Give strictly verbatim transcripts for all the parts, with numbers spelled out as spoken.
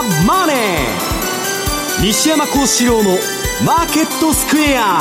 マネー、西山孝四郎のマーケットスクエア。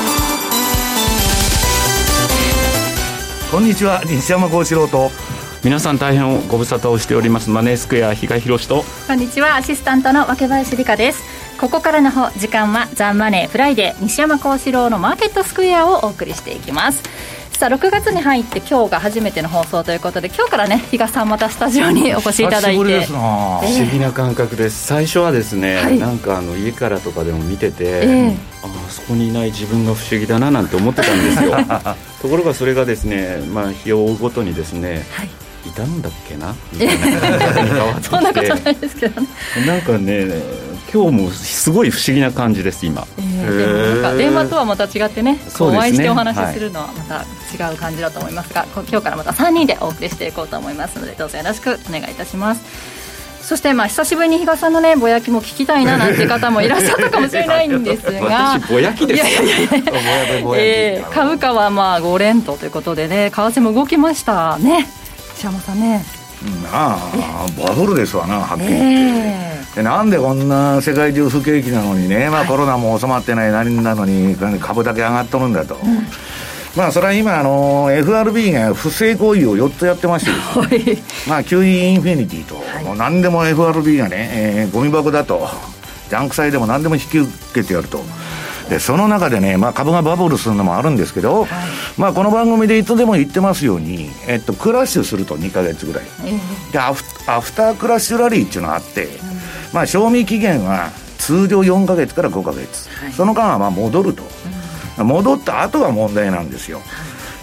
こんにちは、西山孝四郎と。 皆さん大変ご無沙汰をしておりますマネースクエア比嘉宏と。 こんにちは、アシスタントの若林理香です。ここからの時間はザ・マネーフライデー、西山孝四郎のマーケットスクエアをお送りしていきます。さあろくがつに入って今日が初めての放送ということで、今日からね比嘉さんまたスタジオにお越しいただいて、久しぶりですな、 えー、不思議な感覚です。最初はですね、はい、なんかあの家からとかでも見てて、えー、あそこにいない自分が不思議だななんて思ってたんですよところがそれがですね、まあ、日を追うごとにですね、はい、いたんだっけなみたいな感じに変わってきてそんなことないですけどね。なんかね今日もすごい不思議な感じです今、えー、でもなんか電話とはまた違ってね、お会いしてお話しするのはまた違う感じだと思いますが、はい、今日からまたさんにんでお送りしていこうと思いますので、どうぞよろしくお願いいたします。そしてまあ久しぶりに比嘉さんのねぼやきも聞きたいななんて方もいらっしゃったかもしれないんですが私ぼやきですか。いやいやいやえー、株価はまあご連投ということでね、為替も動きましたね、石山さんね。 なあ、バブルですわな、はっきり言って、えー、でなんでこんな世界中不景気なのにね、まあ、コロナも収まってない何なのに株だけ上がっとるんだと、うん、まあそれは今あの エフアールビー が不正行為をよっつやってましてですねまあ キューイー インフィニティと、はい、もう何でも エフアールビー がね、えー、ゴミ箱だと、ジャンク債でも何でも引き受けてやると。でその中でね、まあ、株がバブルするのもあるんですけど、はい、まあ、この番組でいつでも言ってますように、えっと、クラッシュするとにかげつぐらい、えー、でアフ、アフタークラッシュラリーっていうのがあって、うん、まあ、賞味期限は通常よんかげつからごかげつ、はい、その間はまあ戻ると、うん、戻った後が問題なんですよ、はい、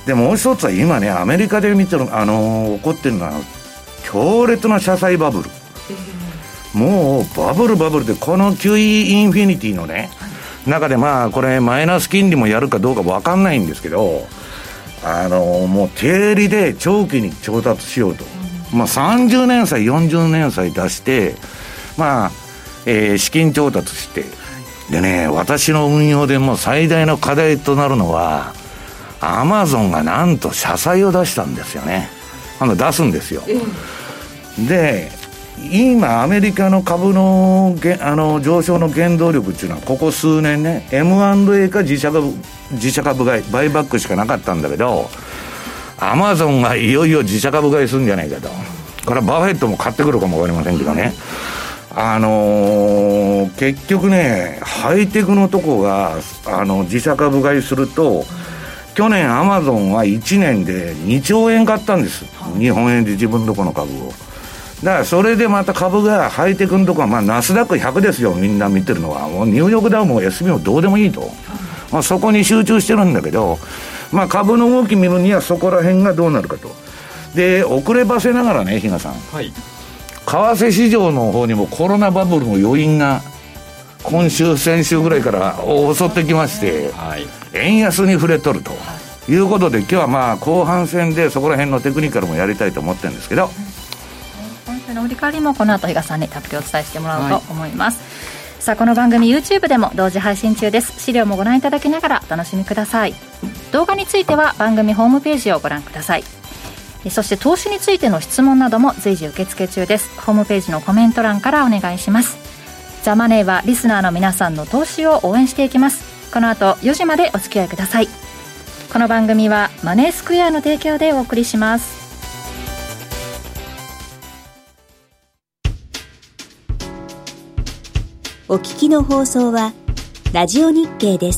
でもう一つは今ねアメリカで見てる、あのー、起こってるのは強烈な社債バブル、えー、もうバブルバブルで、この キューイー インフィニティのね、はい、中でまあこれマイナス金利もやるかどうか分かんないんですけど、あのもう低利で長期に調達しようと、まあ、さんじゅうねん債よんじゅうねん債出して、まあえー、資金調達して、でね、私の運用でもう最大の課題となるのはアマゾンがなんと社債を出したんですよね。あの出すんですよ。で今アメリカの株 の, あの上昇の原動力っていうのはここ数年ね エムアンドエー か自社株自社株買いバイバックしかなかったんだけど、アマゾンがいよいよ自社株買いするんじゃないかと。これはバフェットも買ってくるかもわかりませんけどね、あのー、結局ねハイテクのとこがあの自社株買いすると、去年アマゾンはいちねんでにちょうえん買ったんです、日本円で自分のとこの株を。だからそれでまた株がハイテクのとこは、まあ、ナスダックひゃくですよ、みんな見てるのは。もうニューヨークダウも エスビー もどうでもいいと、まあ、そこに集中してるんだけど、まあ、株の動き見るにはそこら辺がどうなるかと。で遅ればせながらね、比嘉さん、はい、為替市場の方にもコロナバブルの余韻が今週先週ぐらいから襲ってきまして、はい、円安に触れとるということで、今日はまあ後半戦でそこら辺のテクニカルもやりたいと思ってるんですけど、 今週の振り返りもこの後比嘉さんにたっぷりお伝えしてもらおうと思います、はい、さあこの番組 YouTube でも同時配信中です。資料もご覧いただきながらお楽しみください。動画については番組ホームページをご覧ください。そして投資についての質問なども随時受付中です。ホームページのコメント欄からお願いします。ザ・マネーはリスナーの皆さんの投資を応援していきます。この後よじまでお付き合いください。この番組はマネースクエアの提供でお送りします。 お聞きの放送はラジオ日経です。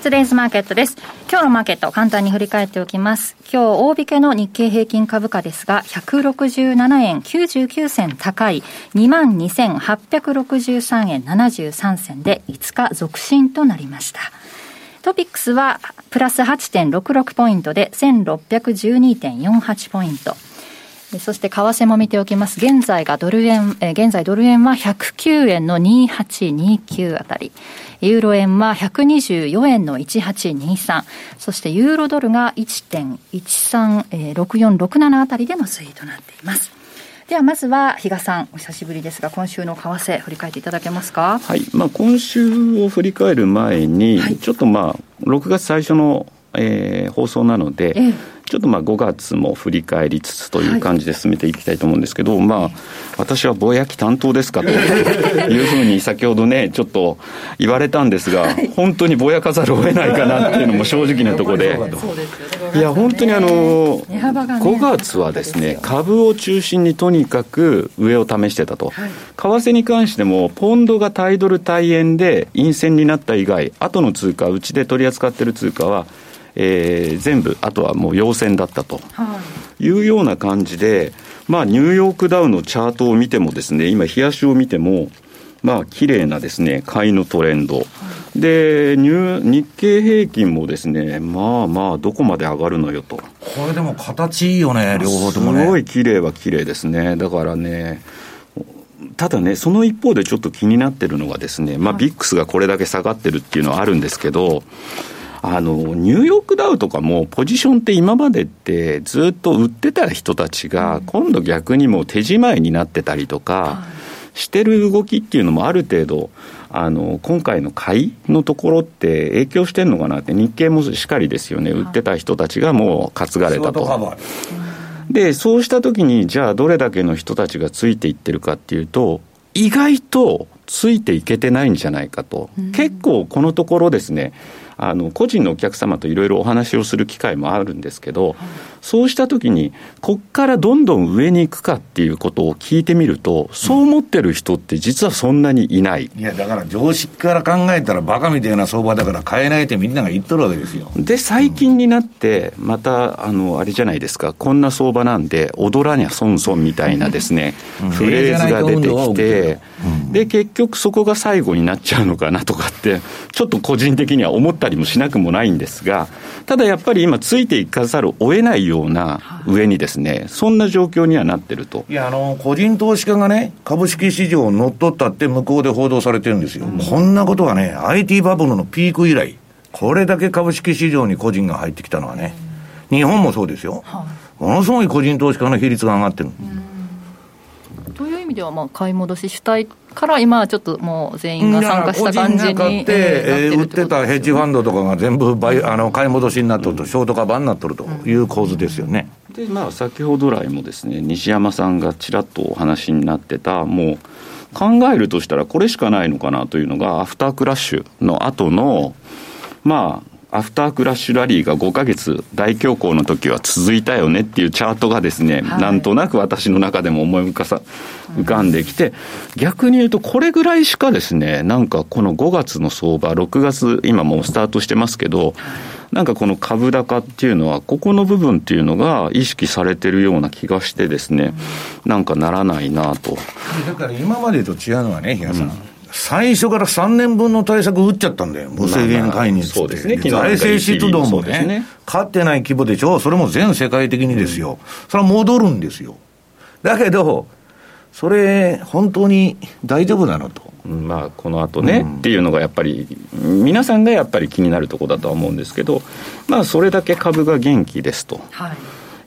トゥデイズマーケットです。今日のマーケット簡単に振り返っておきます。今日大引けの日経平均株価ですがひゃくろくじゅうななえんきゅうじゅうきゅうせん高い にまんにせんはっぴゃくろくじゅうさんえんななじゅうさんせんでいつか続伸となりました。トピックスはプラス はちてんろくろく ポイントで せんろっぴゃくじゅうにてんよんはち ポイント。そして為替も見ておきます。現在がドル円、え現在ドル円はひゃくきゅうえんのにはちにきゅうあたり、ユーロ円はひゃくにじゅうよえんのいちはちにさん、そしてユーロドルが いってんいちさんろくよんろくなな あたりでの推移となっています。ではまずは比嘉さん、お久しぶりですが今週の為替振り返っていただけますか。 はい、まあ、今週を振り返る前に、はい、ちょっとまあろくがつ最初の、えー、放送なので、ええ、ちょっとまあごがつも振り返りつつという感じで進めていきたいと思うんですけど、はい、まあ私はぼやき担当ですかというふうに先ほどねちょっと言われたんですが、はい、本当にぼやかざるを得ないかなっていうのも正直なところでいや本当にあのごがつはですね株を中心にとにかく上を試してたと、はい、為替に関してもポンドが対ドル対円で陰線になった以外後の通貨うちで取り扱っている通貨はえー、全部あとはもう陽線だったというような感じで、まあ、ニューヨークダウのチャートを見てもですね今日足を見てもまあ綺麗なですね買いのトレンドで日経平均もですねまあまあどこまで上がるのよと。 これでも形いいよね両方ともね。 すごい綺麗は綺麗ですね。だからねただねその一方でちょっと気になってるのがですね、まあ、ビックスがこれだけ下がってるっていうのはあるんですけどあのニューヨークダウとかもポジションって今までってずっと売ってた人たちが今度逆にもう手仕舞いになってたりとかしてる動きっていうのもある程度あの今回の買いのところって影響してるのかなって。日経もしっかりですよね。売ってた人たちがもう担がれたと。でそうした時にじゃあどれだけの人たちがついていってるかっていうと意外とついていけてないんじゃないかと。結構このところですねあの個人のお客様といろいろお話をする機会もあるんですけど、そうした時にこっからどんどん上に行くかっていうことを聞いてみるとそう思ってる人って実はそんなにいない。 いやだから常識から考えたらバカみたいな相場だから買えないってみんなが言っとるわけですよ。 で最近になってまたあのあれじゃないですかこんな相場なんで踊らにゃ損損みたいなですね、うん、フレーズが出てきて、うん、で結局そこが最後になっちゃうのかなとかってちょっと個人的には思ったりもしなくもないんですが、ただやっぱり今ついていかざるを得ないような上にですねそんな状況にはなってると。 いやあの個人投資家がね株式市場を乗っ取ったって向こうで報道されてるんですよ、うん、こんなことはね アイティー バブルのピーク以来これだけ株式市場に個人が入ってきたのはね、うん、日本もそうですよ、はあ、ものすごい個人投資家の比率が上がってる、 うん、という意味ではまあ買い戻し主体から今はちょっともう全員が参加した感じに、 個人が買って、えー、売ってたヘッジファンドとかが全部バイあの買い戻しになっとると、うん、ショートカバーになっとるという構図ですよね、 うん、でまあ先ほど来もですね西山さんがちらっとお話になってたもう考えるとしたらこれしかないのかなというのがアフタークラッシュの後のまあアフタークラッシュラリーがごかげつ大恐慌の時は続いたよねっていうチャートがですね、はい、なんとなく私の中でも思い浮かさ浮かんできて、うん、逆に言うとこれぐらいしかですねなんかこのごがつの相場ろくがつ今もうスタートしてますけどなんかこの株高っていうのはここの部分っていうのが意識されてるような気がしてですね、うん、なんかならないなと。 だから今までと違うのはね比嘉さん、うん最初からさんねんぶんの対策打っちゃったんだよ無制限介入って、 そうですね、 財政出動も ね, ね勝ってない規模でしょ。それも全世界的にですよ、うん、それは戻るんですよ。だけどそれ本当に大丈夫なのと、 まあ、この後ね、うん、っていうのがやっぱり皆さんがやっぱり気になるところだとは思うんですけど、まあそれだけ株が元気ですと、はい、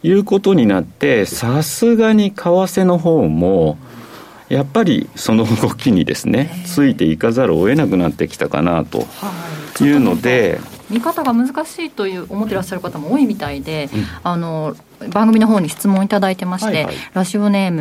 いうことになってさすがに為替の方もやっぱりその動きにですねついていかざるを得なくなってきたかなというので、 見方が難しいという思ってらっしゃる方も多いみたいで、うん、あの番組の方に質問いただいてまして、はいはい、ラジオネーム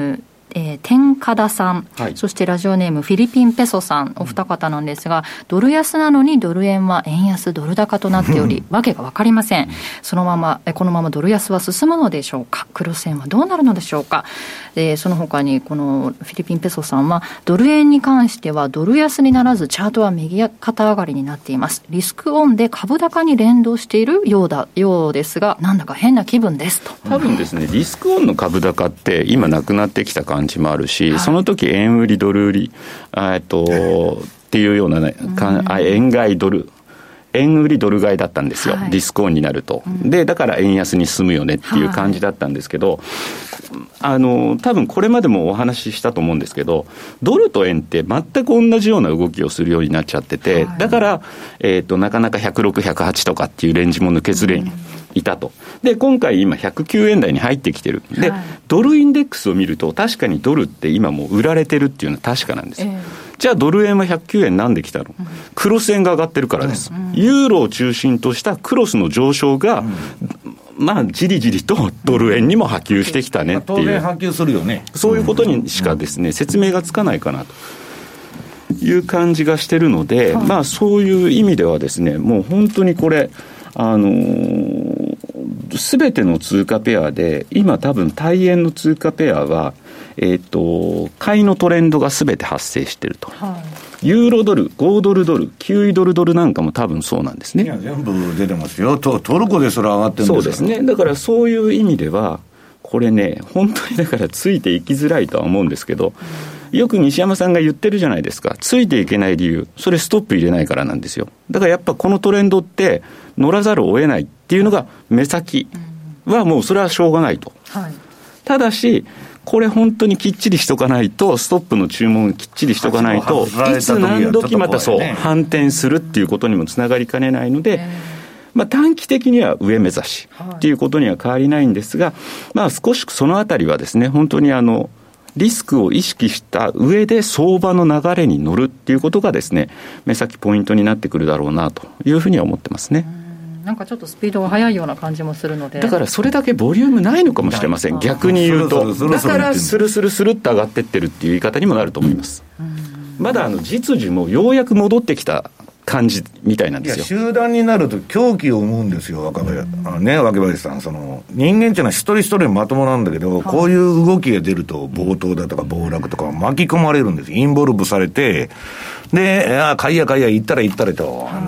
えー、天カダさん、はい、そしてラジオネームフィリピンペソさん、お二方なんですが、ドル安なのにドル円は円安ドル高となっておりわけが分かりません。そのままこのままドル安は進むのでしょうか。クロス円はどうなるのでしょうか。えー、その他にこのフィリピンペソさんは、ドル円に関してはドル安にならずチャートは右肩上がりになっています。リスクオンで株高に連動しているようだようですが、なんだか変な気分ですと。 多分ですね、リスクオンの株高って今なくなってきた感じもあるし、はい、その時円売りドル売りえっとっていうような、ね、かあ円買いドル円売りドル買いだったんですよ、はい、リスクオンになると。でだから円安に進むよねっていう感じだったんですけど、はい、あの多分これまでもお話ししたと思うんですけど、ドルと円って全く同じような動きをするようになっちゃってて、はい、だから、えーと、なかなかひゃくろく、ひゃくはちとかっていうレンジも抜けずれにいたと。で今回今ひゃくきゅうえん台に入ってきてる。で、はい、ドルインデックスを見ると確かにドルって今もう売られてるっていうのは確かなんですよ、えー、じゃあドル円はひゃくきゅうえんなんで来たの、うん、クロス円が上がってるからです、うん、ユーロを中心としたクロスの上昇が、うん、まあじりじりとドル円にも波及してきたねっていう、 当然波及するよね。 そういうことにしかですね、説明がつかないかなという感じがしてるので、はい、まあそういう意味ではですね、もう本当にこれあのー、全ての通貨ペアで今多分対円の通貨ペアは、えー、と買いのトレンドが全て発生していると、はい、ユーロドル、ごドルドル、きゅうドルドルなんかも多分そうなんですね。 いや全部出てますよ。ト, トルコですら上がってるんですから。 そうですね。だからそういう意味ではこれね、本当にだからついていきづらいとは思うんですけど、うん、よく西山さんが言ってるじゃないですか。ついていけない理由、それストップ入れないからなんですよ。だからやっぱこのトレンドって乗らざるを得ないっていうのが目先はもうそれはしょうがないと、はい、ただしこれ本当にきっちりしとかないと、ストップの注文きっちりしとかないと、いつ何時またそう反転するっていうことにもつながりかねないので、まあ、短期的には上目指しっていうことには変わりないんですが、まあ、少しそのあたりはですね、本当にあのリスクを意識した上で相場の流れに乗るっていうことがですね、目先ポイントになってくるだろうなというふうには思ってますね。 うん、なんかちょっとスピードが速いような感じもするので、 だからそれだけボリュームないのかもしれません。逆に言うと、だからスルスルスルっと上がってってるっていう言い方にもなると思います。うん、まだあの実需もようやく戻ってきた感じみたいなんですよ。 いや集団になると狂気を生むんですよ、若林、あのね、若林さん。その人間っていうのは一人一人まともなんだけど、はい、こういう動きが出ると暴投だとか暴落とか巻き込まれるんです。インボルブされて、で、あ買いや買いや言ったら言ったれと、はい、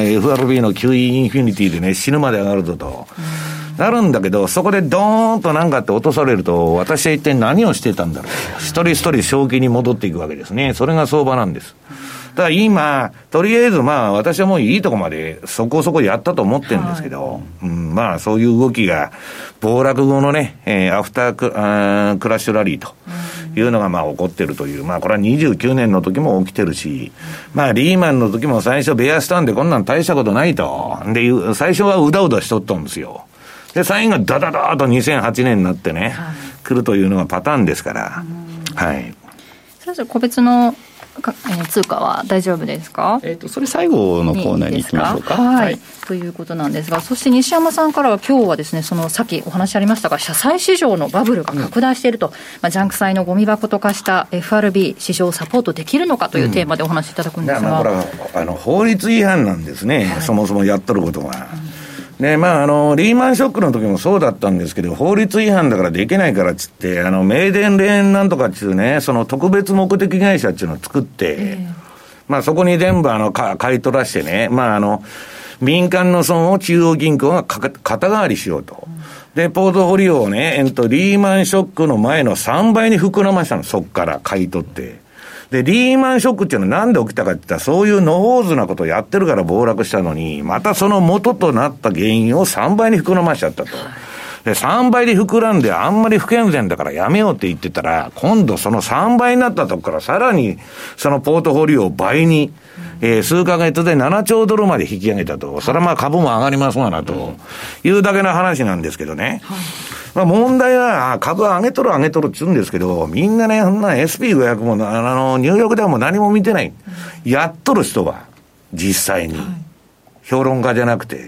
エフアールビー の キューイー インフィニティでね、死ぬまで上がるぞと、うん、なるんだけど、そこでドーンとなんかって落とされると、私は一体何をしてたんだろう、一人一人正気に戻っていくわけですね。それが相場なんです。だから今とりあえずまあ私はもういいとこまでそこそこやったと思ってるんですけど、はい、うん、まあそういう動きが暴落後のね、えー、アフター ク, あークラッシュラリーというのがまあ起こってるという、まあこれはにじゅうきゅうねんの時も起きてるし、まあリーマンの時も最初ベアスタンでこんなん大したことないと、で最初はうだうだしとったんですよ。で最後がダダダーとにせんはちねんになってね、はい、来るというのがパターンですから、はい。 先生個別の通貨は大丈夫ですか？ えーと、それ最後のコーナーに行きましょうか。 はい、はい、ということなんですが、そして西山さんからは今日はですね、そのさっきお話ありましたが、社債市場のバブルが拡大していると、うん、まあ、ジャンク債のゴミ箱と化した エフアールビー 市場をサポートできるのかというテーマでお話しいただくんですが、うん、まあ、これはあの法律違反なんですね、はい、そもそもやっとることが、うんね、まあ、あの、リーマンショックの時もそうだったんですけど、法律違反だからできないからっつって、あの、メイデンレーンなんとかっつうね、その特別目的会社っていうのを作って、えー、まあ、そこに全部あの、か買い取らしてね、まあ、あの、民間の損を中央銀行がか肩代わりしようと。で、ポートフォリオをね、えっと、リーマンショックの前のさんばいに膨らましたの、そっから買い取って。で、リーマンショックっていうのはなんで起きたかって言ったら、そういうノホーズなことをやってるから暴落したのに、またその元となった原因をさんばいに膨らましちゃったと。で、さんばいで膨らんであんまり不健全だからやめようって言ってたら、今度そのさんばいになったとこからさらにそのポートフォリオを倍に、えー、数ヶ月でななちょうドルまで引き上げたと。それはまあ株も上がりますわなというだけの話なんですけどね。まあ、問題は株上げとる上げとるって言うんですけど、みんなね、そんな エスピーごひゃく もあのニューヨークではもう何も見てない、やっとる人は実際に、評論家じゃなくて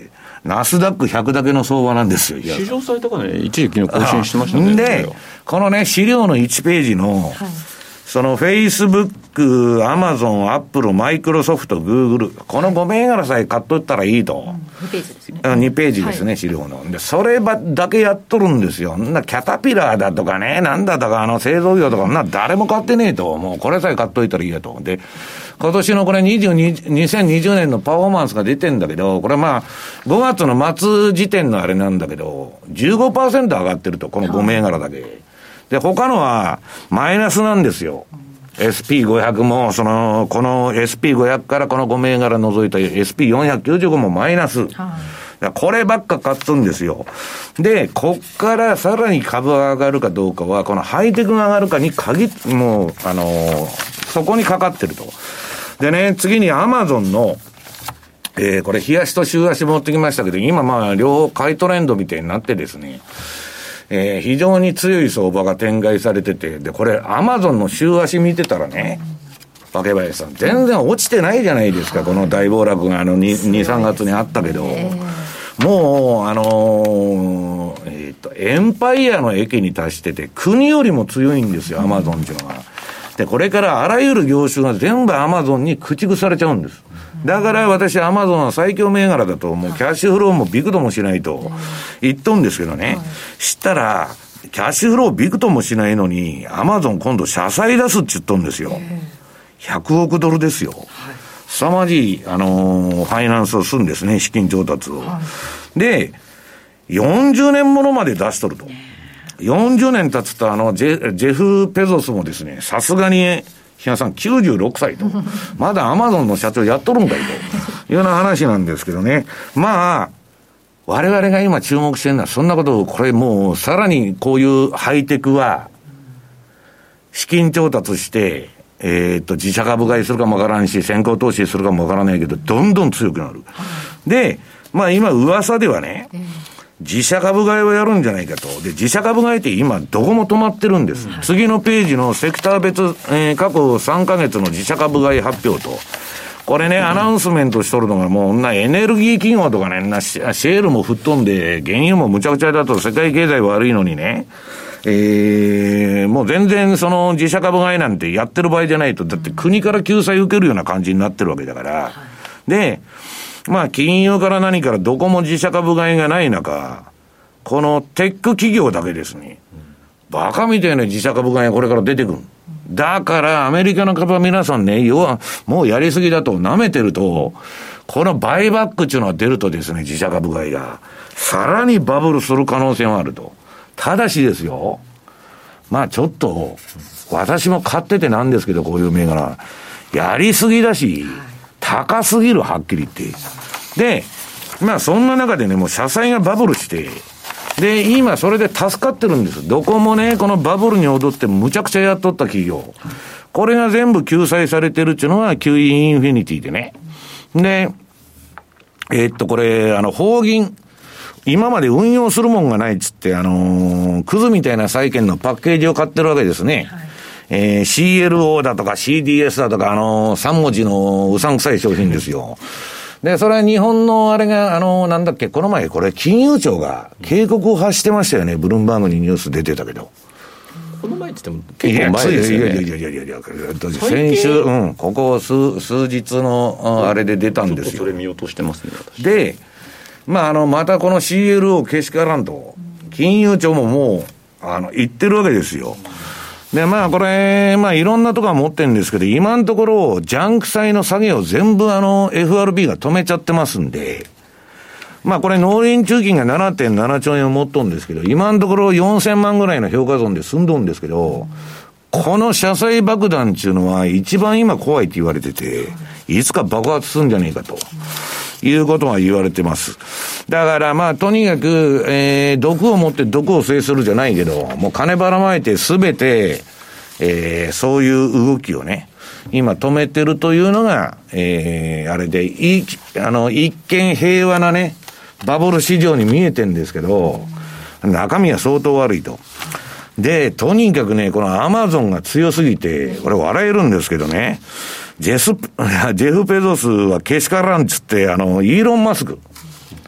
ナスダックひゃくだけの相場なんですよ。 史上最高値、ね、一時期の更新してましたね。 で、このね、資料のいちページの、はい、そのフェイスブック、アマゾン、アップル、マイクロソフト、グーグル、このご銘柄さえ買っとったらいいと。 うん、にページですね。 にページですね、はい、資料の。で、そればだけやっとるんですよ。なキャタピラーだとかね、なんだとか、あの、製造業とか、な、誰も買ってねえと。もうこれさえ買っといたらいいやと。で、今年のこれにじゅうに、にせんにじゅうねんのパフォーマンスが出てんだけど、これまあ、ごがつの末時点のあれなんだけど、じゅうごパーセント 上がってると、このご銘柄だけ。で、他のは、マイナスなんですよ。エスピーごひゃく も、その、この エスピーごひゃく からこのご銘柄除いた エスピーよんひゃくきゅうじゅうご もマイナス。こればっか買っとんですよ。で、こっからさらに株が上がるかどうかは、このハイテクが上がるかに限って、もう、あのー、そこにかかってると。でね、次にアマゾンの、えー、これ、日足と週足持ってきましたけど、今まあ、両方買いトレンドみたいになってですね、えー、非常に強い相場が展開されてて、で、これ、アマゾンの週足見てたらね、竹林さん、全然落ちてないじゃないですか、この大暴落があのに、に、さんがつにあったけど、もう、あのー、えっと、エンパイアの域に達してて、国よりも強いんですよ、アマゾンっていうのは。で、これからあらゆる業種が全部アマゾンに駆逐されちゃうんです。だから私アマゾンは最強銘柄だと、もうキャッシュフローもビクともしないと言っとんですけどね。知ったら、キャッシュフロービクともしないのに、アマゾン今度社債出すって言っとんですよ。ひゃくおくドルですよ。凄まじい、あのー、ファイナンスをするんですね、資金調達を。で、よんじゅうねんものまで出しとると。よんじゅうねん経つと、あの、ジェ、ジェフ・ペゾスもですね、さすがに、ひなさんきゅうじゅうろくさいと。まだアマゾンの社長やっとるんかいと。いうような話なんですけどね。まあ、我々が今注目してるのは、そんなことを、これもう、さらにこういうハイテクは、資金調達して、えっと、自社株買いするかもわからんし、先行投資するかもわからないけど、どんどん強くなる。で、まあ今噂ではね、自社株買いをやるんじゃないかと。で、自社株買いって今どこも止まってるんです。次のページのセクター別、えー、過去さんかげつの自社株買い発表と。これね、アナウンスメントしとるのがもう、な、エネルギー企業とかね、な、シェールも吹っ飛んで、原油もむちゃくちゃだと世界経済悪いのにね、えー、もう全然その自社株買いなんてやってる場合じゃないと。だって国から救済受けるような感じになってるわけだから。で、まあ金融から何からどこも自社株買いがない中、このテック企業だけですね、バカみたいな自社株買いがこれから出てくる。だからアメリカの株は皆さんね、要はもうやりすぎだと舐めてると、このバイバックっていうのが出るとですね、自社株買いがさらにバブルする可能性もあると。ただしですよ、まあちょっと私も買っててなんですけど、こういう銘柄やりすぎだし高すぎる、はっきり言って。で、まあそんな中でね、もう社債がバブルして、で今それで助かってるんです。どこもね、このバブルに踊ってむちゃくちゃやっとった企業、これが全部救済されてるっていうのは キューイー インフィニティでね。で、えー、っとこれあの法銀、今まで運用するもんがないっつって、あのー、クズみたいな債券のパッケージを買ってるわけですね。はい、えー、シーエルオー だとか シーディーエス だとか、あのー、さん文字のうさんくさい商品ですよ。で、それは日本のあれが、あのー、なんだっけ、この前これ金融庁が警告を発してましたよね。ブルームバーグにニュース出てたけど。 この前って言っても結構前ですよね。いやいやいやいやいや、 先週、うん、ここ数、数日のあれで出たんですよ。 ちょっとそれ見落としてますね、私。 で、まあ、あの、またこの シーエルオー けしからんと、金融庁ももう、あの、言ってるわけですよ。で、まあ、これ、まあ、いろんなとこは持ってるんですけど、今のところ、ジャンク債の下げを全部あの、エフアールビー が止めちゃってますんで、まあ、これ、農林中金が ななてんななちょうえんを持っとんですけど、今のところよんせんまんぐらいの評価損で済んどんですけど、この社債爆弾っていうのは一番今怖いって言われてて、いつか爆発するんじゃねえかと。いうことが言われてます。だからまあとにかく、えー、毒を持って毒を制するじゃないけど、もう金ばらまいてすべて、えー、そういう動きをね、今止めてるというのが、えー、あれで、いあの、一見平和なね、バブル市場に見えてんですけど、中身は相当悪いと。で、とにかくね、このアマゾンが強すぎて、これ笑えるんですけどね、ジェス、ジェフ・ペゾスはけしからんつって、あの、イーロン・マスク。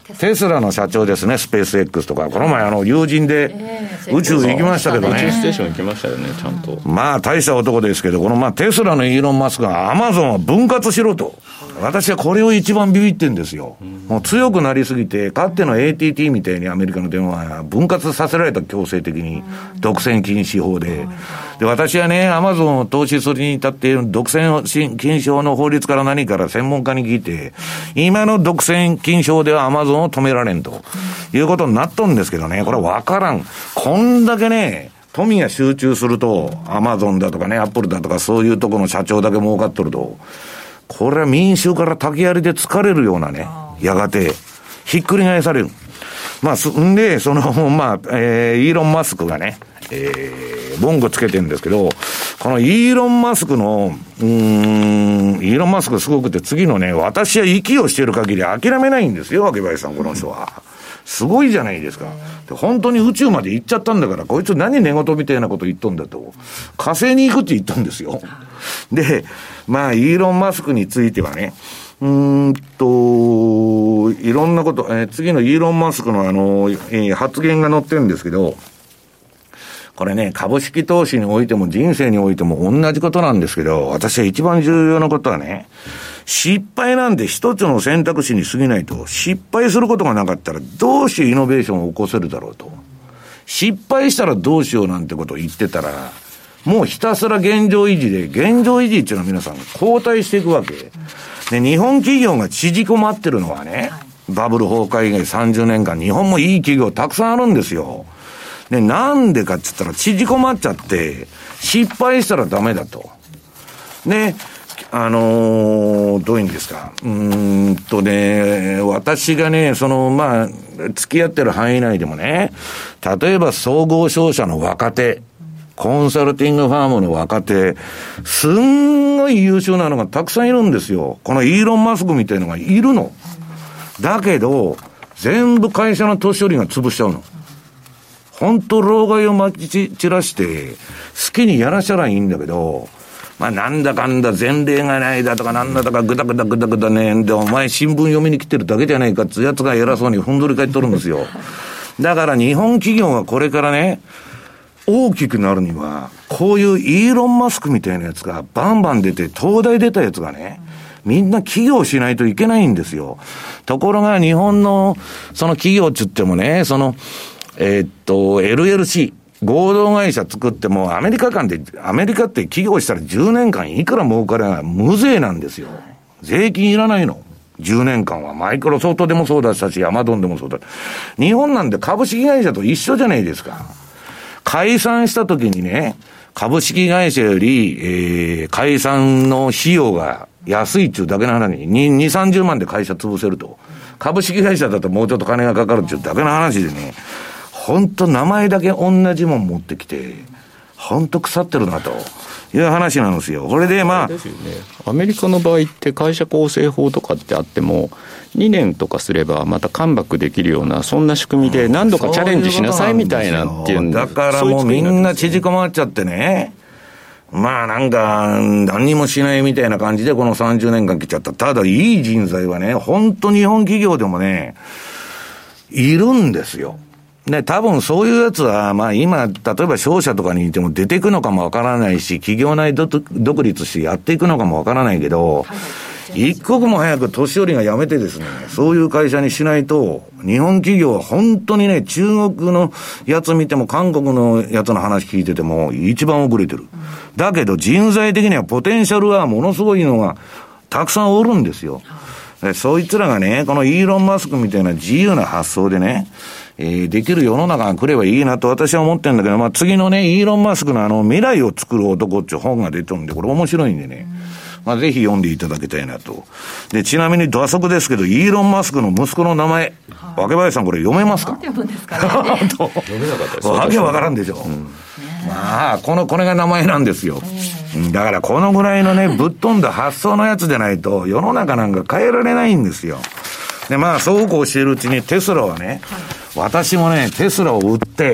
テスラの社長ですね、スペース X とか。この前あの友人で宇宙行きましたけどね。 宇宙ステーション行きましたよね、ちゃんと。 まあ大した男ですけど、このまあテスラのイーロン・マスクがアマゾンは分割しろと。私はこれを一番ビビってんですよ。もう強くなりすぎて、かつての エーティーティー みたいにアメリカの電話は分割させられた、強制的に独占禁止法で。で、私はね、アマゾンを投資するに至っている独占禁止法の法律から何から専門家に聞いて、今の独占禁止法ではアマゾンを止められんということになっとんですけどね、これはわからん。こんだけね、富が集中すると、アマゾンだとかね、アップルだとかそういうところの社長だけ儲かっとると、これは民衆から竹槍で疲れるようなね、やがて、ひっくり返される。まあ、すんで、その、まあ、えー、イーロン・マスクがね、えー、文句つけてるんですけど、このイーロン・マスクの、うーん、イーロン・マスクすごくて次のね、私は息をしている限り諦めないんですよ、秋林さん、この人は。すごいじゃないですか。で、本当に宇宙まで行っちゃったんだから、こいつ何寝言みたいなこと言っとんだと。火星に行くって言ったんですよ。で、まあ、イーロン・マスクについてはね、うーんと、いろんなこと、えー、次のイーロン・マスクのあの、えー、発言が載ってるんですけど、これね、株式投資においても人生においても同じことなんですけど、私は一番重要なことはね、失敗なんて一つの選択肢に過ぎないと、失敗することがなかったらどうしてイノベーションを起こせるだろうと。失敗したらどうしようなんてことを言ってたら、もうひたすら現状維持で、現状維持っていうのは皆さん後退していくわけ。で、日本企業が縮こまってるのはね、バブル崩壊以外さんじゅうねんかん、日本もいい企業たくさんあるんですよ。で、なんでかって言ったら縮こまっちゃって、失敗したらダメだと。で、あのー、どういうんですか。うーんとね、私がね、その、まあ、付き合ってる範囲内でもね、例えば総合商社の若手、コンサルティングファームの若手、すんごい優秀なのがたくさんいるんですよ。このイーロン・マスクみたいなのがいるの。だけど、全部会社の年寄りが潰しちゃうの。本当老害をまき散らして、好きにやらしゃらいいんだけど、まあなんだかんだ前例がないだとかなんだとかぐだぐだぐだぐだねんで、お前新聞読みに来てるだけじゃないかってやつが偉そうにふんどり返っとるんですよ。だから日本企業がこれからね、大きくなるには、こういうイーロン・マスクみたいなやつがバンバン出て、東大出たやつがね、みんな起業しないといけないんですよ。ところが日本のその企業って言ってもね、その、えー、っと、エルエルシー、合同会社作ってもアメリカ間で、アメリカって起業したらじゅうねんかんいくら儲かれば無税なんですよ。税金いらないの。じゅうねんかんは。マイクロソフトでもそうだしたし、アマゾンでもそうだ。日本なんで株式会社と一緒じゃないですか。解散した時にね、株式会社より、えー、解散の費用が安いっちゅうだけの話に、に、に、さんじゅうまんで会社潰せると。株式会社だともうちょっと金がかかるっちゅうだけの話でね、ほんと名前だけ同じもん持ってきて、ほんと腐ってるなという話なんですよ。これでまあ、 ですよね、アメリカの場合って会社構成法とかってあってもにねんとかすればまたカムバックできるようなそんな仕組みで何度かチャレンジしなさいみたいなっていうんだからもうみんな縮こまっちゃってね、まあなんか何にもしないみたいな感じでこのさんじゅうねんかん来ちゃった。ただいい人材はね、本当日本企業でもねいるんですよ。ね、多分そういうやつは、まあ今、例えば商社とかにいても出ていくのかもわからないし、企業内独立してやっていくのかもわからないけど、一刻も早く年寄りが辞めてですね、そういう会社にしないと、日本企業は本当にね、中国のやつ見ても韓国のやつの話聞いてても一番遅れてる。だけど人材的にはポテンシャルはものすごいのがたくさんおるんですよ。そいつらがね、このイーロン・マスクみたいな自由な発想でね、えー、できる世の中が来ればいいなと私は思ってるんだけど、まあ次のね、イーロン・マスクのあの未来を作る男っていう本が出てるんで、これ面白いんでね、まあぜひ読んでいただきたいなと。で、ちなみに打足ですけど、イーロン・マスクの息子の名前、はい、若林さんこれ読めますか？ なんて読むんですかね。読めなかったです。 わけわからんでしょ。うん、まあ、この、これが名前なんですよ。だからこのぐらいのね、ぶっ飛んだ発想のやつでないと、世の中なんか変えられないんですよ。で、まあ、そうこうしているうちにテスラはね、はい、私もね、テスラを売って、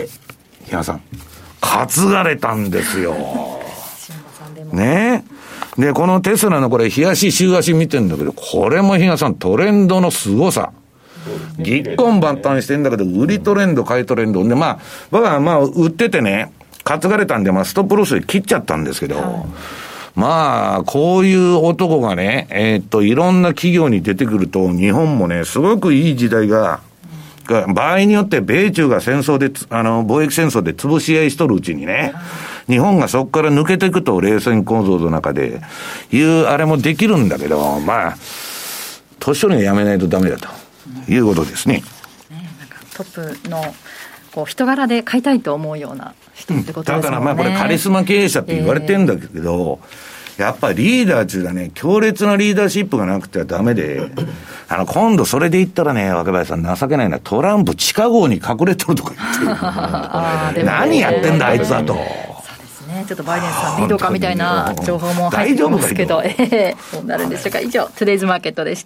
皆さん、担がれたんですよ。ねえ。で、このテスラのこれ、日足、週足見てんだけど、これも日嘉さん、トレンドの凄さ。 ぎっこんばったんしてんだけど、売りトレンド、買いトレンド。で、まあ、僕はまあ、売っててね、担がれたんで、まあ、ストップロスで切っちゃったんですけど、はい、まあ、こういう男がね、えー、っと、いろんな企業に出てくると、日本もね、すごくいい時代が、場合によって米中が戦争で、あの、貿易戦争で潰し合いしとるうちにね、日本がそこから抜けていくと、冷戦構造の中で、いうあれもできるんだけど、まあ、年寄りがやめないとダメだということですね。 ね、なんかトップのこう人柄で買いたいと思うような人ってことですもんね。だからまあこれカリスマ経営者って言われてんだけど、えー、やっぱりリーダーっていうのはね、強烈なリーダーシップがなくてはダメで、あの今度それで言ったらね、若林さん情けないな、トランプ地下壕に隠れとるとか言って何やってんだあいつだと。 ちょっとバイデンさんリードかみたいな情報も入ってきますけど、えー、どうなるんでしょうか。以上トゥデイズマーケットでした。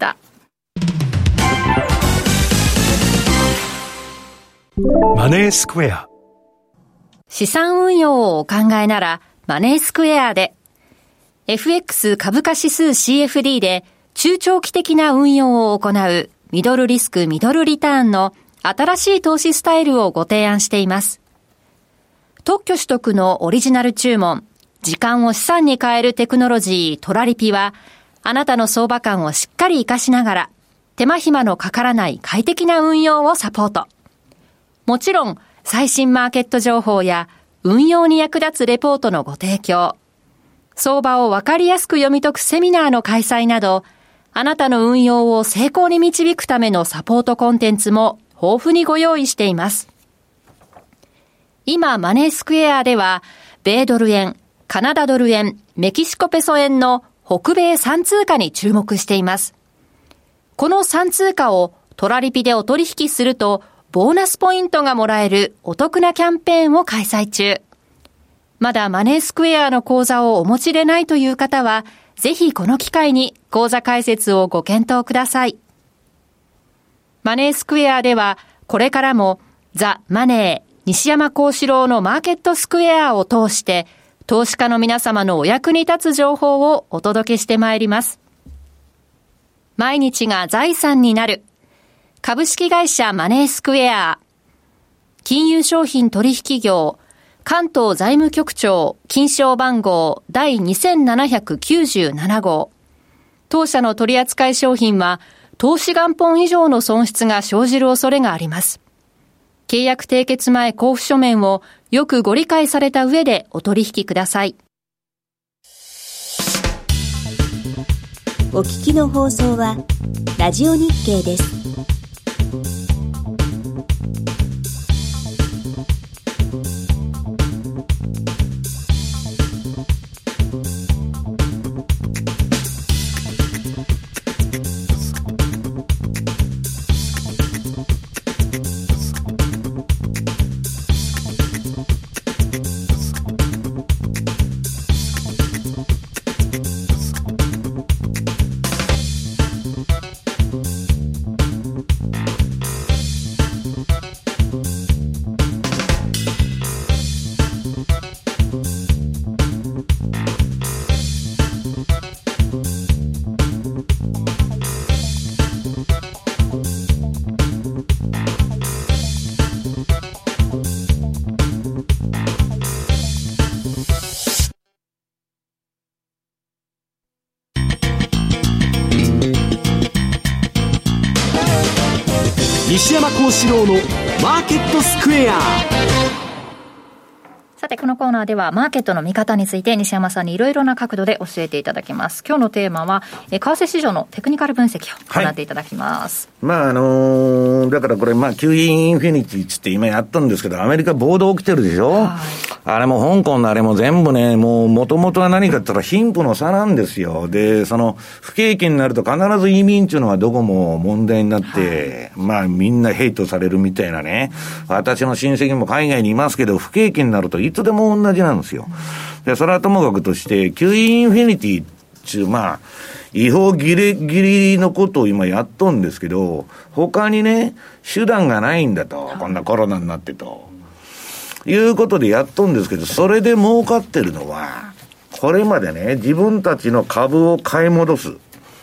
マネースクエア。 資産運用をお考えならマネースクエアで エフエックス 株価指数 シーエフディー で中長期的な運用を行うミドルリスクミドルリターンの新しい投資スタイルをご提案しています。特許取得のオリジナル注文、時間を資産に変えるテクノロジートラリピは、あなたの相場感をしっかり活かしながら、手間暇のかからない快適な運用をサポート。もちろん、最新マーケット情報や運用に役立つレポートのご提供、相場をわかりやすく読み解くセミナーの開催など、あなたの運用を成功に導くためのサポートコンテンツも豊富にご用意しています。今、マネースクエアでは、米ドル円、カナダドル円、メキシコペソ円の北米さん通貨に注目しています。このさん通貨をトラリピでお取引すると、ボーナスポイントがもらえるお得なキャンペーンを開催中。まだマネースクエアの口座をお持ちでないという方は、ぜひこの機会に口座開設をご検討ください。マネースクエアでは、これからもザ・マネー、西山幸四郎のマーケットスクエアを通して、投資家の皆様のお役に立つ情報をお届けしてまいります。毎日が財産になる。株式会社マネースクエア。金融商品取引業、関東財務局長、金賞番号第にせんななひゃくきゅうじゅうなな号。当社の取扱商品は、投資元本以上の損失が生じる恐れがあります。契約締結前交付書面をよくご理解された上でお取引ください。 お聞きの放送はラジオ日経です。 西山幸四郎のマーケットスクエア。 さてこのコーナーではマーケットの見方について西山さんにいろいろな角度で教えていただきます。今日のテーマは為替市場のテクニカル分析を行っていただきます、 はい、まああのー、だからこれまあ キューイー インフィニティつって今やったんですけど、アメリカ暴動起きてるでしょ、はい、あれも香港のあれも全部ね、もう元々は何かって言ったら貧富の差なんですよ。でその不景気になると必ず移民っていうのはどこも問題になって、はい、まあみんなヘイトされるみたいなね、私の親戚も海外にいますけど不景気になるといつでも同じなんですよ。でそれはともかくとして キューイー インフィニティっていうまあ違法ギリギリのことを今やっとんですけど、他にね手段がないんだと、こんなコロナになってということでやっとんですけど、それで儲かってるのはこれまでね自分たちの株を買い戻す、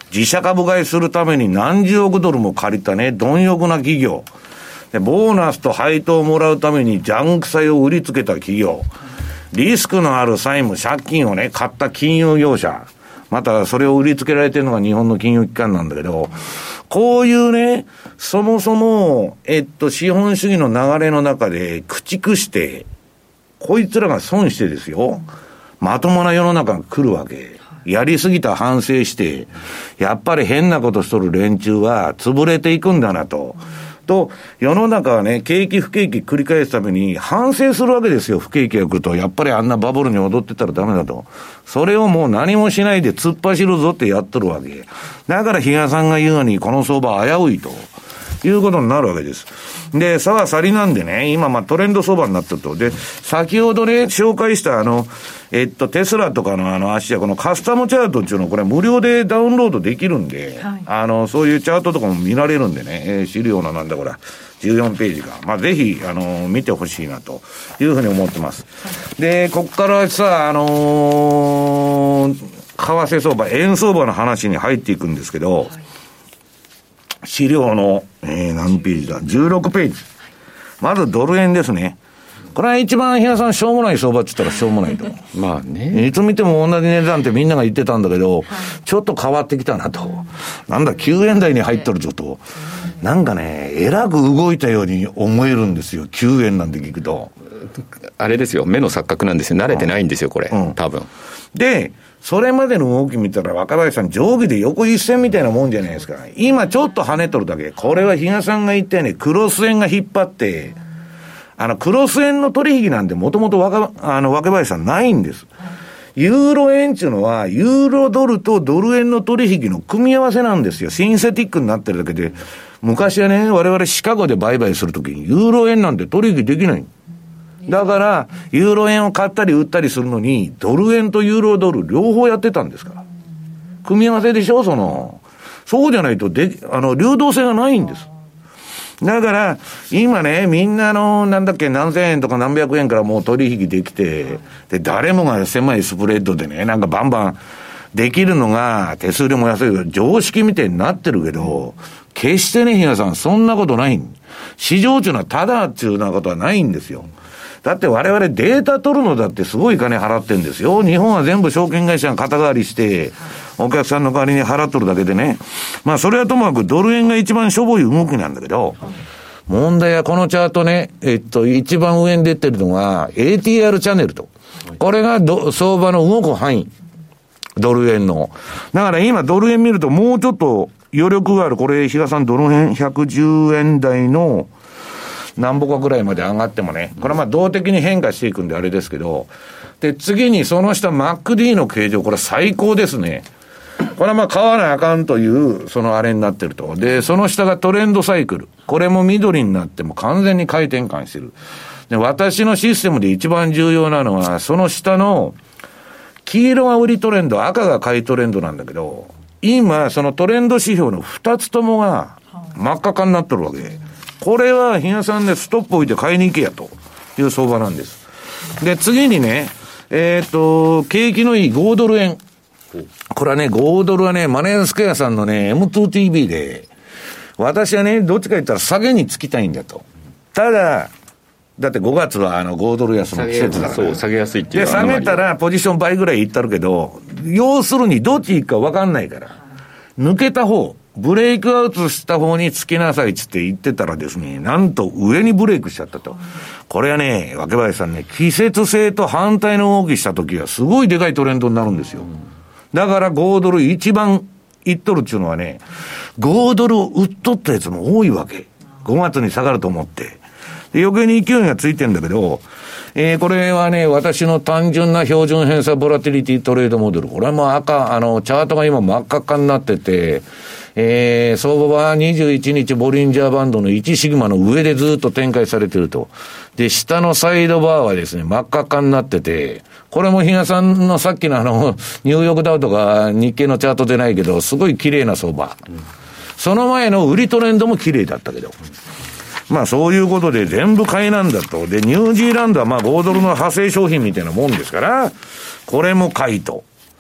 自社株買いするために何十億ドルも借りたね、貪欲な企業。で、ボーナスと配当をもらうためにジャンク債を売りつけた企業。リスクのある債務、借金をね、買った金融業者。また、それを売りつけられてるのが日本の金融機関なんだけど、こういうね、そもそも、えっと、資本主義の流れの中で駆逐して、こいつらが損してですよ、まともな世の中が来るわけ。やりすぎた反省して、やっぱり変なことしとる連中は潰れていくんだなと。と、世の中はね、景気不景気繰り返すために反省するわけですよ。不景気が来ると。やっぱりあんなバブルに踊ってたらダメだと。それをもう何もしないで突っ走るぞってやってるわけ。だから比嘉さんが言うようにこの相場危ういということになるわけです。で、さは去りなんでね、今まあトレンド相場になってると。で、先ほどね、紹介したあの、えっと、テスラとかのあの足やこのカスタムチャートっていうのこれ無料でダウンロードできるんで、はい、あの、そういうチャートとかも見られるんでね、えー、資料のなんだこれ、じゅうよんページか。まあ、ぜひ、あの、見てほしいなというふうに思ってます。はい、で、こっからさ、あのー、為替相場、円相場の話に入っていくんですけど、はい、資料の、えー、何ページだ ?じゅうろくページ。まずドル円ですね。これは一番、比嘉さん、しょうもない相場って言ったらしょうもないと。まあね。いつ見ても同じ値段ってみんなが言ってたんだけど、はい、ちょっと変わってきたなと。なんだ、きゅうえん台に入っとるぞと。なんかね、えらく動いたように思えるんですよ。きゅうえんなんて聞くと。 あれですよ、目の錯覚なんですよ。慣れてないんですよ、これ。うん、多分。 で、それまでの動き見たら若林さん上下で横一線みたいなもんじゃないですか。今ちょっと跳ねとるだけ。これは比嘉さんが言ったようにクロス円が引っ張って、あの、クロス円の取引なんてもともと若、あの、若林さんないんです。ユーロ円っていうのは、ユーロドルとドル円の取引の組み合わせなんですよ。シンセティックになってるだけで。昔はね、我々シカゴで売買するときに、ユーロ円なんて取引できない。だから、ユーロ円を買ったり売ったりするのに、ドル円とユーロドル両方やってたんですから。組み合わせでしょ、その。そうじゃないと、で、あの、流動性がないんです。だから、今ね、みんなの、なんだっけ、何千円とか何百円からもう取引できて、で、誰もが狭いスプレッドでね、なんかバンバンできるのが、手数料も安いから常識みたいになってるけど、決してね、比嘉さん、そんなことない。市場っていうのはただっていうようなことはないんですよ。だって我々データ取るのだってすごい金払ってんですよ。日本は全部証券会社が肩代わりして、お客さんの代わりに払っとるだけでね。まあそれはともかくドル円が一番しょぼい動きなんだけど、問題はこのチャートね、えっと、一番上に出てるのが エーティーアール チャンネルと。これがど相場の動く範囲。ドル円の。だから今ドル円見るともうちょっと余力がある。これ、比嘉さんドル円ひゃくじゅうえん台の何ぼかぐらいまで上がってもね、これはまあ動的に変化していくんであれですけど、で、次にその下 マックディー の形状、これ最高ですね。これはまあ買わなあかんという、そのあれになってると。で、その下がトレンドサイクル。これも緑になっても完全に回転換してる。で、私のシステムで一番重要なのは、その下の黄色が売りトレンド、赤が買いトレンドなんだけど、今、そのトレンド指標の二つともが真っ赤かになってるわけ。これは比嘉さんでストップ置いて買いに行けやという相場なんです。で、次にね、えっと、景気のいいごドル円。これはね、ごドルはね、マネースクエアさんのね、エムツーティービー で、私はね、どっちか言ったら下げにつきたいんだと。ただ、だってごがつはあのごドル安の季節だから。 そう、下げやすいっていう。 で、下げたらポジション倍ぐらいいったるけど、要するにどっち行くか分かんないから、抜けた方、ブレイクアウトした方につけなさいっつって言ってたらですね、なんと上にブレイクしちゃったと。これはね、若林さんね、季節性と反対の動きした時はすごいでかいトレンドになるんですよ。だからごドル一番いっとるっていうのはね、ごドルを売っとったやつも多いわけ。ごがつに下がると思って。で、余計に勢いがついてんだけど、えー、これはね、私の単純な標準偏差ボラティリティトレードモデル。これはもう赤、あの、チャートが今真っ赤っかになってて、えー、相場はにじゅういちにちボリンジャーバンドのいちシグマの上でずっと展開されてると。で、下のサイドバーはですね、真っ赤っかになってて、これも比嘉さんのさっきのあの、ニューヨークダウとか日経のチャートでないけど、すごい綺麗な相場。うん、その前の売りトレンドも綺麗だったけど。まあそういうことで全部買いなんだと。で、ニュージーランドはまあごドルの派生商品みたいなもんですから、これも買いと。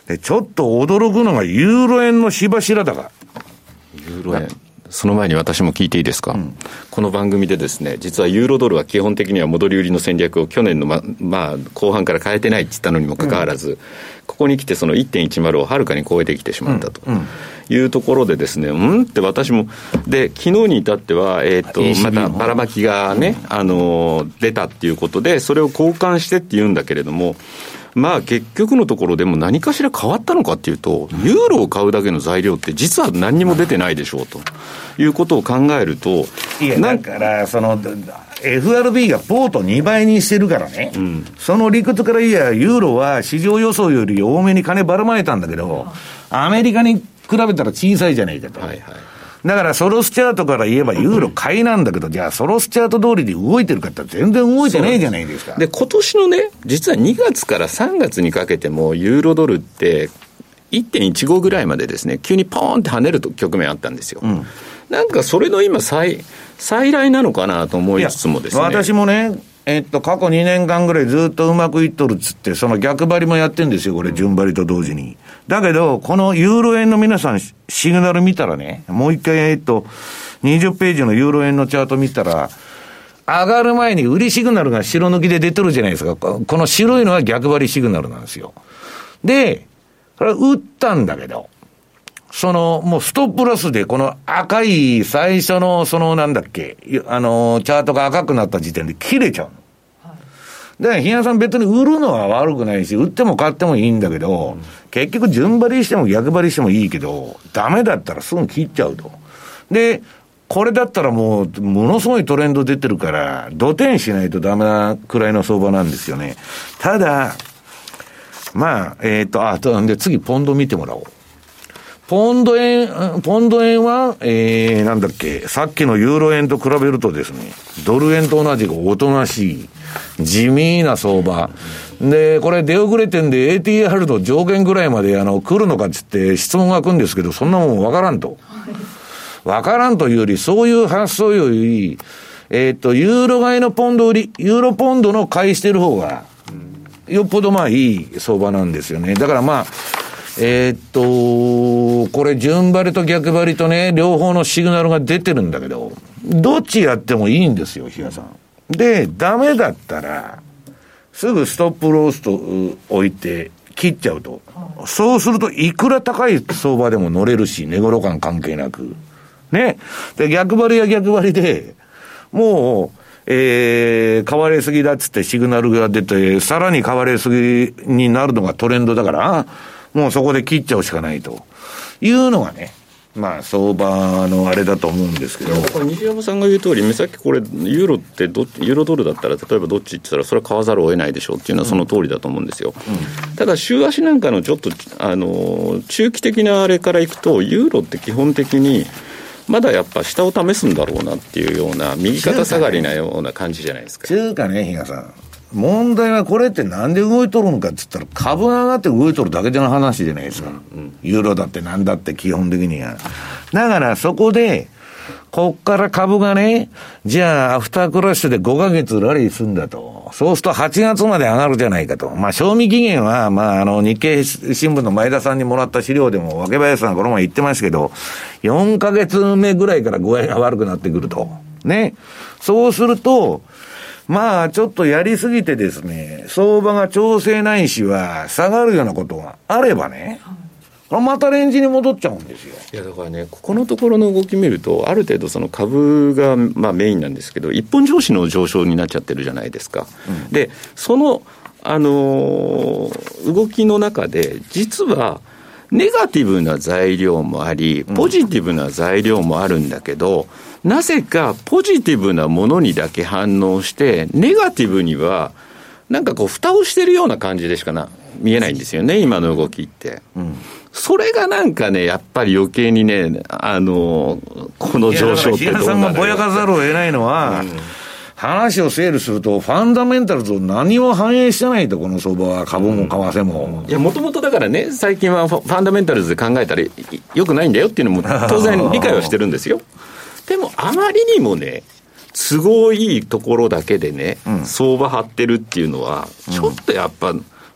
でちょっと驚くのがユーロ円のしばしら高。 ユーロ円、その前に私も聞いていいですか、うん、この番組でですね、実はユーロドルは基本的には戻り売りの戦略を去年の、ままあ、後半から変えてないって言ったのにもかかわらず、うん、ここに来てその いってんいちまる をはるかに超えてきてしまったというところでですね、うんって私もで昨日に至っては、えー、とまたばらまきがね、あの出たっていうことでそれを交換してって言うんだけれども、まあ結局のところでも何かしら変わったのかっていうと、ユーロを買うだけの材料って実は何にも出てないでしょうということを考えると、 いやだからその エフアールビー がポートにばいにしてるからね、うん、その理屈からいやユーロは市場予想より多めに金ばらまいたんだけど、アメリカに比べたら小さいじゃないかと、はいはい、だからソロスチャートから言えばユーロ買いなんだけど、じゃあソロスチャート通りで動いてるかって全然動いてないじゃないですか。 で今年のね、実はにがつからさんがつにかけてもユーロドルって いってんいちご ぐらいまでですね、急にポーンって跳ねる局面あったんですよ、うん、なんかそれの今再再来なのかなと思いつつもですね、 私もね、えっと過去にねんかんぐらいずっとうまくいっとるっつって、その逆張りもやってるんですよ、これ順張りと同時に。だけどこのユーロ円の皆さんシグナル見たらね、もう一回えっとにじゅっページのユーロ円のチャート見たら、上がる前に売りシグナルが白抜きで出てるじゃないですか。この白いのは逆張りシグナルなんですよ。でこれ打ったんだけど、そのもうストップロスでこの赤い最初のそのなんだっけ、あのチャートが赤くなった時点で切れちゃうの。だから日野さん別に売るのは悪くないし、売っても買ってもいいんだけど、うん、結局順張りしても逆張りしてもいいけど、ダメだったらすぐ切っちゃうと。でこれだったらもうものすごいトレンド出てるから土点しないとダメなくらいの相場なんですよね。ただまあえっとあとで次ポンド見てもらおう。ポンド円ポンド円はえー、なんだっけ、さっきのユーロ円と比べるとですね、ドル円と同じくおとなしい地味な相場で、これ出遅れてんで エーティーアール の上限ぐらいまであの来るのかっつって質問が来るんですけど、そんなもんわからんと、わからんというより、そういう発想よりえっとユーロ買いのポンド売り、ユーロポンドの買いしてる方がよっぽどまあいい相場なんですよね。だからまあえー、っとこれ順張りと逆張りとね、両方のシグナルが出てるんだけど、どっちやってもいいんですよ、比嘉さん。でダメだったらすぐストップロスト置いて切っちゃうと、そうするといくら高い相場でも乗れるし、値頃感関係なくね。で逆張りや逆張りでもうえー、買われすぎだっつってシグナルが出て、さらに買われすぎになるのがトレンドだから、もうそこで切っちゃうしかないというのがね、まあ相場のあれだと思うんですけど。 だから西山さんが言う通り、目先これユーロってどユーロドルだったら例えばどっちって言ったらそれは買わざるを得ないでしょうっていうのはその通りだと思うんですよ、うん、ただ週足なんかのちょっとあの中期的なあれからいくと、ユーロって基本的にまだやっぱ下を試すんだろうなっていうような右肩下がりなような感じじゃないですか。 中華ね、比嘉さん、問題はこれってなんで動いとるのかって言ったら、株が上がって動いとるだけの話じゃないですか、うんうん、ユーロだってなんだって基本的には。だからそこでこっから株がね、じゃあアフタークラッシュでごかげつラリーするんだと、そうするとはちがつまで上がるじゃないかと。まあ賞味期限はまああの日経新聞の前田さんにもらった資料でも若林さんこの前言ってましたけど、よんかげつめぐらいから具合が悪くなってくるとね。そうするとまあちょっとやりすぎてですね、相場が調整ないしは下がるようなことがあればね、またレンジに戻っちゃうんですよ。 いやだからね、ここのところの動き見ると、ある程度その株がまあメインなんですけど、一本上司の上昇になっちゃってるじゃないですか、うん、でその、あのー、動きの中で実はネガティブな材料もありポジティブな材料もあるんだけど、うん、なぜかポジティブなものにだけ反応してネガティブにはなんかこう蓋をしてるような感じでしかな見えないんですよね、今の動きって、うん、それがなんかね、やっぱり余計にね、あのこの上昇ってどうなるか。 日嘉さんがぼやかざるを得ないのは、うん、話を整理するとファンダメンタルズを何も反映してないと、この相場は株も為替も、 うん、いやもともとだからね、最近はファンダメンタルズで考えたらよくないんだよっていうのも当然理解はしてるんですよでもあまりにもね、都合いいところだけでね、うん、相場張ってるっていうのはちょっとやっぱ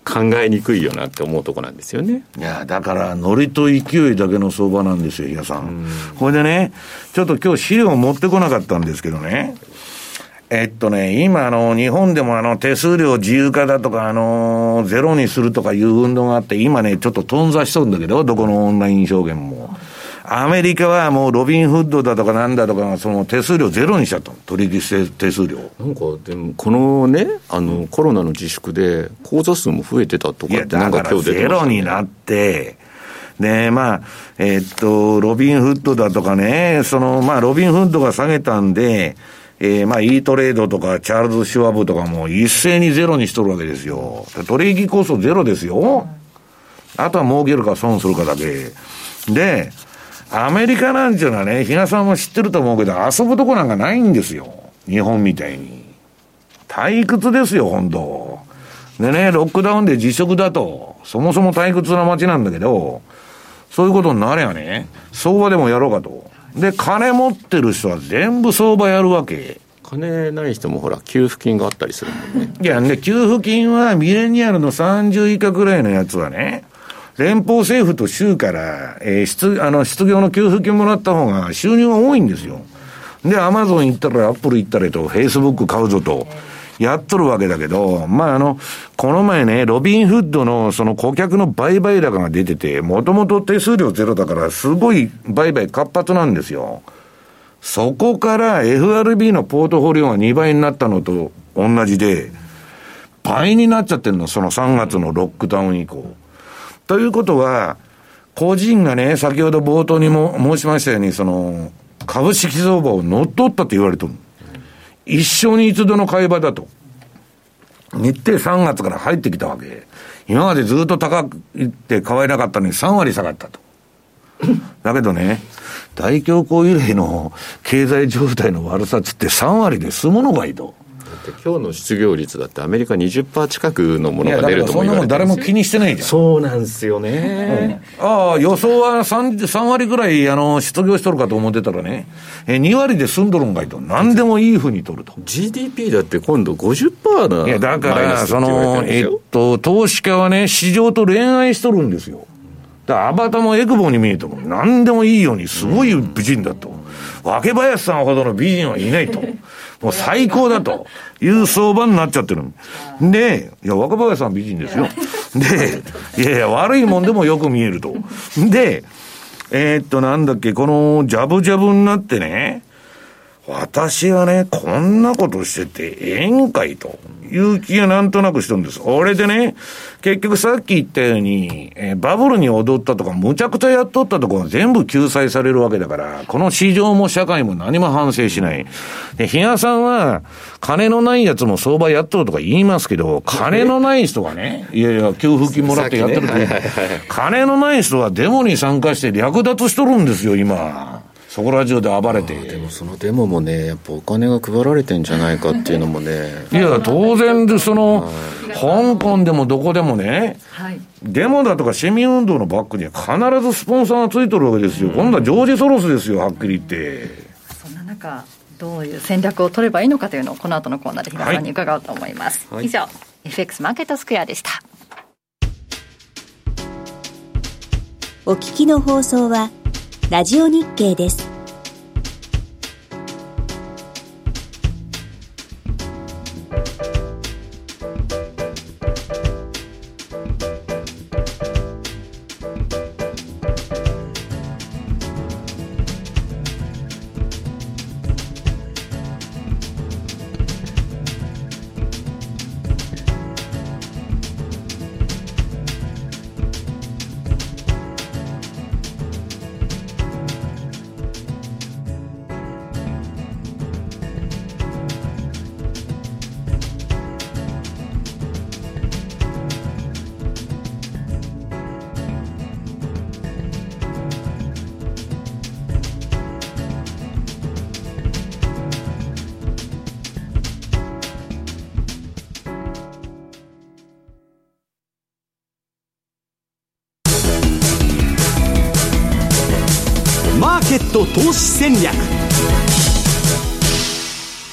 考えにくいよなって思うとこなんですよね。 いやだからノリと勢いだけの相場なんですよ、比嘉さん。うん、これでね、ちょっと今日資料を持ってこなかったんですけどね、えっとね、今あの日本でもあの手数料自由化だとかあのゼロにするとかいう運動があって、今ねちょっと頓挫しそうんだけど、どこのオンライン証券も。アメリカはもうロビンフッドだとかなんだとかその手数料ゼロにしちゃったの、取引手数料。 なんかでもこのねあのコロナの自粛で口座数も増えてたとかってなんか今日出てましたね。 ゼロになってでまあえー、っとロビンフッドだとかね、そのまあロビンフッドが下げたんで、えー、まあ E トレードとかチャールズ・シュワブとかも一斉にゼロにしとるわけですよ。取引コストゼロですよ。あとは儲けるか損するかだけで、アメリカなんていうのはね、比嘉さんも知ってると思うけど、遊ぶとこなんかないんですよ。日本みたいに。退屈ですよ、本当。でね、ロックダウンで自粛だと、そもそも退屈な街なんだけど、そういうことになればね、相場でもやろうかと。で、金持ってる人は全部相場やるわけ。 金ない人もほら、給付金があったりするもんね。 いやね、給付金はミレニアルのさんじゅう以下くらいのやつはね、連邦政府と州から、えー、失、あの、失業の給付金もらった方が収入が多いんですよ。で、アマゾン行ったら、アップル行ったりと、フェイスブック買うぞと、やっとるわけだけど、まあ、あの、この前ね、ロビンフッドのその顧客の売買高が出てて、もともと手数料ゼロだから、すごい売買活発なんですよ。そこから エフアールビー のポートフォリオがにばいになったのと同じで、倍になっちゃってるの、そのさんがつのロックダウン以降。ということは、個人がね、先ほど冒頭にも申しましたように、その、株式相場を乗っ取ったって言われてる。一生に一度の買い場だと。日程さんがつから入ってきたわけ。今までずっと高くいって買えなかったのにさんわり下がったと。だけどね、大恐慌以来の経済状態の悪さつってさんわりで済むのかいと。 今日の失業率だってアメリカ にじゅっパーセント 近くのものが出るとも言われてるんですよ。そんなもん誰も気にしてないじゃん。 そうなんですよね、 うん、ああ予想は 3, さんわりぐらいあの失業しとるかと思ってたらね、えにわりで済んどるんかいと。何でもいいふうに取ると。 ジーディーピー だって今度 ごじゅっパーセント ないやだからそのえっと投資家はね、市場と恋愛しとるんですよ。だからアバターもエクボに見えても何でもいいようにすごい美人だと、若林さんほどの美人はいないと、もう最高だという相場になっちゃってる。で、いや、若林さん美人ですよ。で、いやいや、悪いもんでもよく見えると。で、えー、っと、なんだっけ、このジャブジャブになってね、私はね、こんなことしててええんかいという気がなんとなくしてるんです。俺でね、結局さっき言ったように、えー、バブルに踊ったとか、むちゃくちゃやっとったところが全部救済されるわけだから、この市場も社会も何も反省しない。で、比嘉さんは、金のないやつも相場やっとるとか言いますけど、金のない人がね、いやいや、給付金もらってやってると、ね、金のない人はデモに参加して略奪しとるんですよ、今。そこら中で暴れて。 でもそのデモもね、やっぱお金が配られてんじゃないかっていうのもね。 いや、当然で、その、香港でもどこでもね、はい、デモだとか市民運動のバックには必ずスポンサーがついてるわけですよ。今度はジョージ・ソロスですよ、はっきり言って。 そんな中、どういう戦略を取ればいいのかというのをこの後のコーナーで比嘉さんに伺おうと思います。はい、以上、エフエックス マーケットスクエアでした。 お聞きの放送はラジオ日経です。 マーケット投資戦略。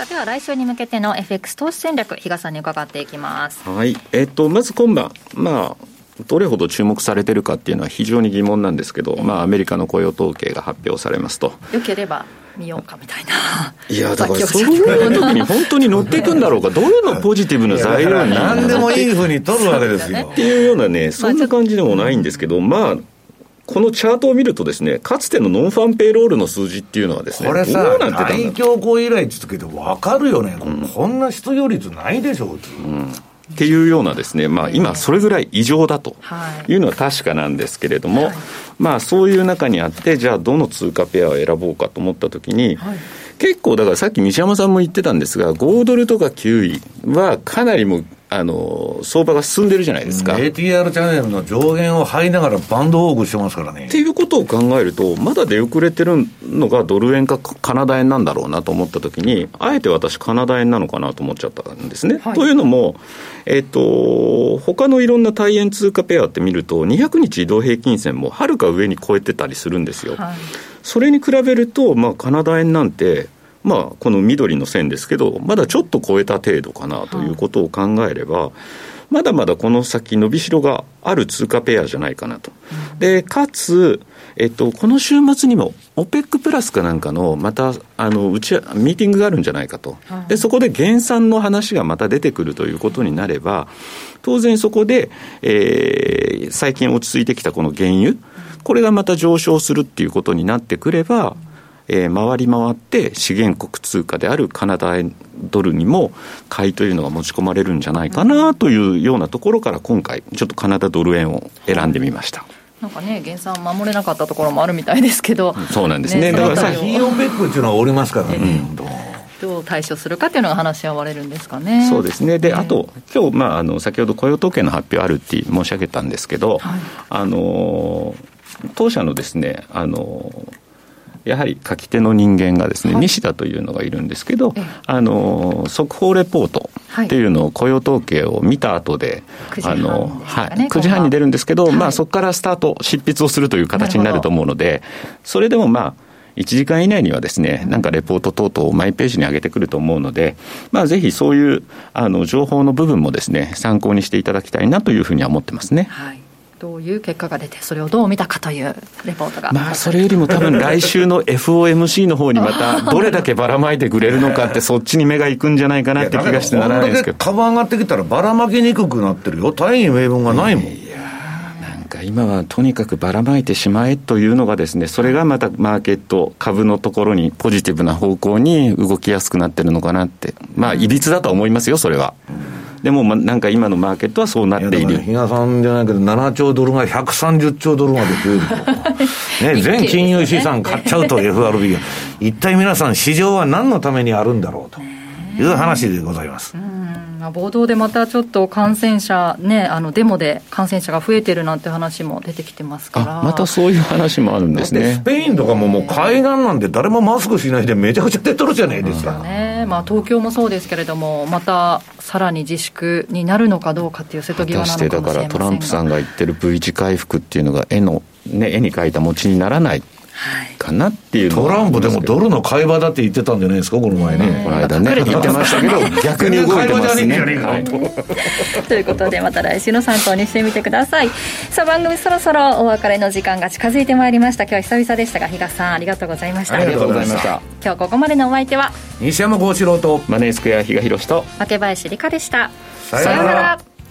さあでは来週に向けての エフエックス 投資戦略、比嘉さんに伺っていきます。 はい、えー、とまず今晩、まあどれほど注目されてるかっていうのは非常に疑問なんですけど、まあ、アメリカの雇用統計が発表されますと、 よければ見ようかみたいな。 いやだからそういう時に本当に乗っていくんだろうか、どういうのポジティブな材料に何でもいいふうに取るわけですよっていうようなね、そんな感じでもないんですけど、まあこのチャートを見るとですね、かつてのノンファンペイロールの数字っていうのはですね、 これさ、 どうなってたんだ大恐慌以来って言って分かるよね、うん、こんな失業率ないでしょう、うんっていうようなですね、まあ、今それぐらい異常だというのは確かなんですけれども、はい、まあそういう中にあって、じゃあどの通貨ペアを選ぼうかと思ったときに、はい、結構だからさっき西山さんも言ってたんですが、ごドルとかきゅういはかなりもうあの相場が進んでるじゃないですか。 エーティーアール チャンネルの上限を張りながらバンドウォークしてますからね。 っていうことを考えると、まだ出遅れてるのがドル円かカナダ円なんだろうなと思ったときに、あえて私カナダ円なのかなと思っちゃったんですね、はい、というのも、えっと、他のいろんな対円通貨ペアって見るとにひゃくにち移動平均線もはるか上に超えてたりするんですよ、はい、それに比べると、まあ、カナダ円なんてまあ、この緑の線ですけど、まだちょっと超えた程度かなということを考えれば、はい、まだまだこの先伸びしろがある通貨ペアじゃないかなと、うん、でかつ、えっと、この週末にも オペック プラスかなんかのまたあのうちミーティングがあるんじゃないかと、はい、でそこで減産の話がまた出てくるということになれば、当然そこで、えー、最近落ち着いてきたこの原油、これがまた上昇するっていうことになってくれば、えー、回り回って資源国通貨であるカナダ円ドルにも買いというのが持ち込まれるんじゃないかなというようなところから、今回ちょっとカナダドル円を選んでみました。 なんかね、減産守れなかったところもあるみたいですけど、 そうなんですね。 だからさ、ヒーオペックっていうのはおりますからね、 うん、どう対処するかっていうのが話し合われるんですかね。 そうですね。で、あと今日、まあ、あの先ほど雇用統計の発表あるって申し上げたんですけど、はい、あの当社のですね、あのやはり書き手の人間がですね、はい、西田というのがいるんですけど、あの速報レポートっていうのを雇用統計を見た後で、はい、あの、はい、くじはんに出るんですけど、はい、まあ、そこからスタート執筆をするという形になると思うので、それでもまあいちじかん以内にはですね、なんかレポート等々をマイページに上げてくると思うので、まあ、ぜひそういうあの情報の部分もですね、参考にしていただきたいなというふうには思ってますね。 はい、どういう結果が出て、それをどう見たかというレポートが、 まあ、それよりも多分来週の エフオーエムシー の方にまたどれだけばらまいてくれるのかって、そっちに目がいくんじゃないかなって気がしてならないですけど、 株上がってきたらばらまきにくくなってるよ。大義名分がないもん。 いやなんか今はとにかくばらまいてしまえというのがですね、それがまたマーケット株のところにポジティブな方向に動きやすくなってるのかなって、まあいびつだと思いますよ、それは。でもなんか今のマーケットはそうなっている。 比嘉さんじゃないけどななちょうドルがひゃくさんじゅっちょうドルまで増えると、ね、全金融資産買っちゃうと エフアールビー が一体皆さん市場は何のためにあるんだろうという話でございます。 うん、暴動でまたちょっと感染者、ね、あのデモで感染者が増えてるなんて話も出てきてますから。 あ、またそういう話もあるんですね。 スペインとかももう海岸なんで誰もマスクしないでめちゃくちゃ出とるじゃないですか、 うんね、まあ、東京もそうですけれども、またさらに自粛になるのかどうかっていう瀬戸際なのかもしれませんが、 果たしてだからトランプさんが言ってる V 字回復っていうのが絵の、ね、絵に描いた餅にならないかなっていうのトランプでもドルの買い場だって言ってたんじゃないですか、この前ね、 この間ね言ってましたけど逆に動いてますね、はい、 ということでまた来週の参考にしてみてください。さあ、番組そろそろお別れの時間が近づいてまいりました。今日は久々でしたが、比嘉さんありがとうございました。 ありがとうございました。 今日ここまでのお相手は西山幸四郎とマネースクエア比嘉宏と若林理香でした。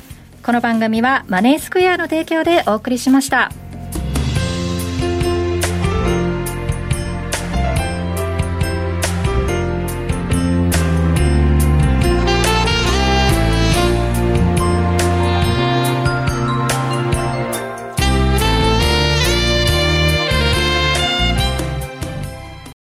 さようなら。 この番組はマネースクエアの提供でお送りしました。